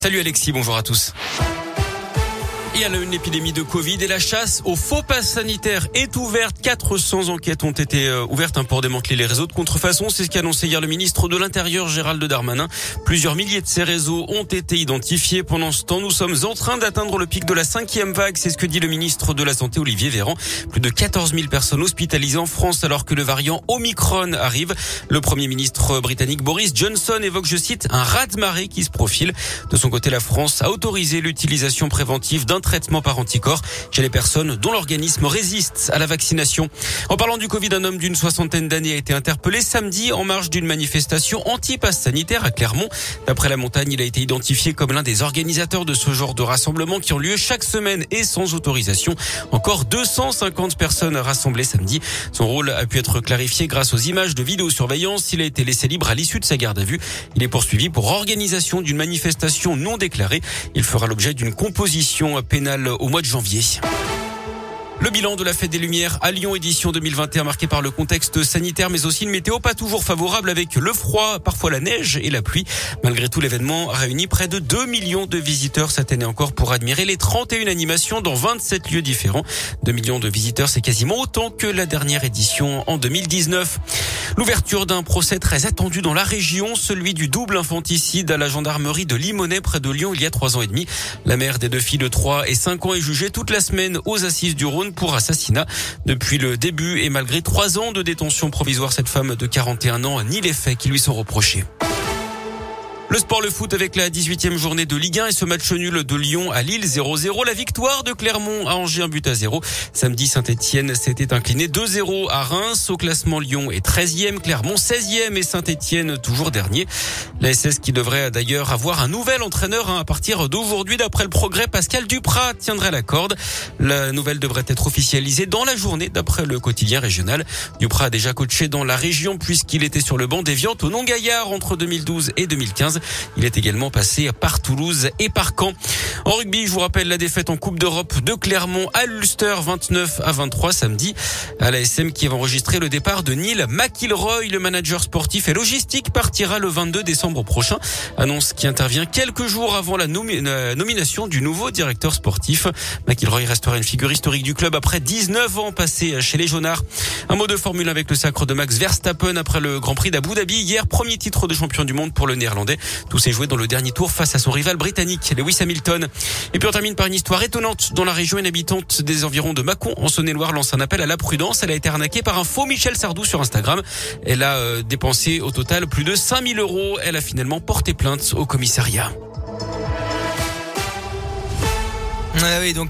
Salut Alexis, bonjour à tous. Et à la une, l'épidémie de Covid et la chasse aux faux passes sanitaires est ouverte. 400 enquêtes ont été ouvertes pour démanteler les réseaux de contrefaçon. C'est ce qu'a annoncé hier le ministre de l'Intérieur, Gérald Darmanin. Plusieurs milliers de ces réseaux ont été identifiés. Pendant ce temps, nous sommes en train d'atteindre le pic de la 5e vague. C'est ce que dit le ministre de la Santé, Olivier Véran. Plus de 14 000 personnes hospitalisées en France alors que le variant Omicron arrive. Le Premier ministre britannique Boris Johnson évoque, je cite, un raz-de-marée qui se profile. De son côté, la France a autorisé l'utilisation préventive d'un traitement par anticorps chez les personnes dont l'organisme résiste à la vaccination. En parlant du Covid, un homme d'une 60aine d'années a été interpellé samedi en marge d'une manifestation anti-pass sanitaire à Clermont. D'après La Montagne, il a été identifié comme l'un des organisateurs de ce genre de rassemblements qui ont lieu chaque semaine et sans autorisation. Encore 250 personnes rassemblées samedi. Son rôle a pu être clarifié grâce aux images de vidéosurveillance. Il a été laissé libre à l'issue de sa garde à vue. Il est poursuivi pour organisation d'une manifestation non déclarée. Il fera l'objet d'une composition pénale au mois de janvier. Le bilan de la Fête des Lumières à Lyon édition 2021 marqué par le contexte sanitaire mais aussi une météo pas toujours favorable avec le froid, parfois la neige et la pluie. Malgré tout, l'événement a réuni près de 2 millions de visiteurs cette année encore pour admirer les 31 animations dans 27 lieux différents. 2 millions de visiteurs, c'est quasiment autant que la dernière édition en 2019. L'ouverture d'un procès très attendu dans la région, celui du double infanticide à la gendarmerie de Limonest près de Lyon il y a 3 ans et demi. La mère des 2 filles de 3 et 5 ans est jugée toute la semaine aux assises du Rhône pour assassinat. Depuis le début et malgré 3 ans de détention provisoire, cette femme de 41 ans nie les faits qui lui sont reprochés. Le sport, le foot avec la 18e journée de Ligue 1 et ce match nul de Lyon à Lille 0-0. La victoire de Clermont à Angers 1-0. Samedi, Saint-Etienne s'était incliné 2-0 à Reims. Au classement, Lyon est 13e, Clermont 16e et Saint-Etienne toujours dernier. La SS qui devrait d'ailleurs avoir un nouvel entraîneur à partir d'aujourd'hui. D'après le Progrès, Pascal Duprat tiendrait la corde. La nouvelle devrait être officialisée dans la journée d'après le quotidien régional. Duprat a déjà coaché dans la région puisqu'il était sur le banc des Viantes au Non-Gaillard entre 2012 et 2015. Il est également passé par Toulouse et par Caen. En rugby, je vous rappelle la défaite en Coupe d'Europe de Clermont à l'Ulster 29-23 samedi. À l'ASM qui va enregistrer le départ de Neil McIlroy, le manager sportif et logistique, partira le 22 décembre prochain. Annonce qui intervient quelques jours avant la nomination du nouveau directeur sportif. McIlroy restera une figure historique du club après 19 ans passés chez les Jaunards. Un mot de Formule avec le sacre de Max Verstappen après le Grand Prix d'Abu Dhabi. Hier, premier titre de champion du monde pour le Néerlandais. Tout s'est joué dans le dernier tour face à son rival britannique, Lewis Hamilton. Et puis on termine par une histoire étonnante. Dans la région, une habitante des environs de Mâcon, en Saône-et-Loire, lance un appel à la prudence. Elle a été arnaquée par un faux Michel Sardou sur Instagram. Elle a dépensé au total plus de 5 000 €. Elle a finalement porté plainte au commissariat. Ah oui, donc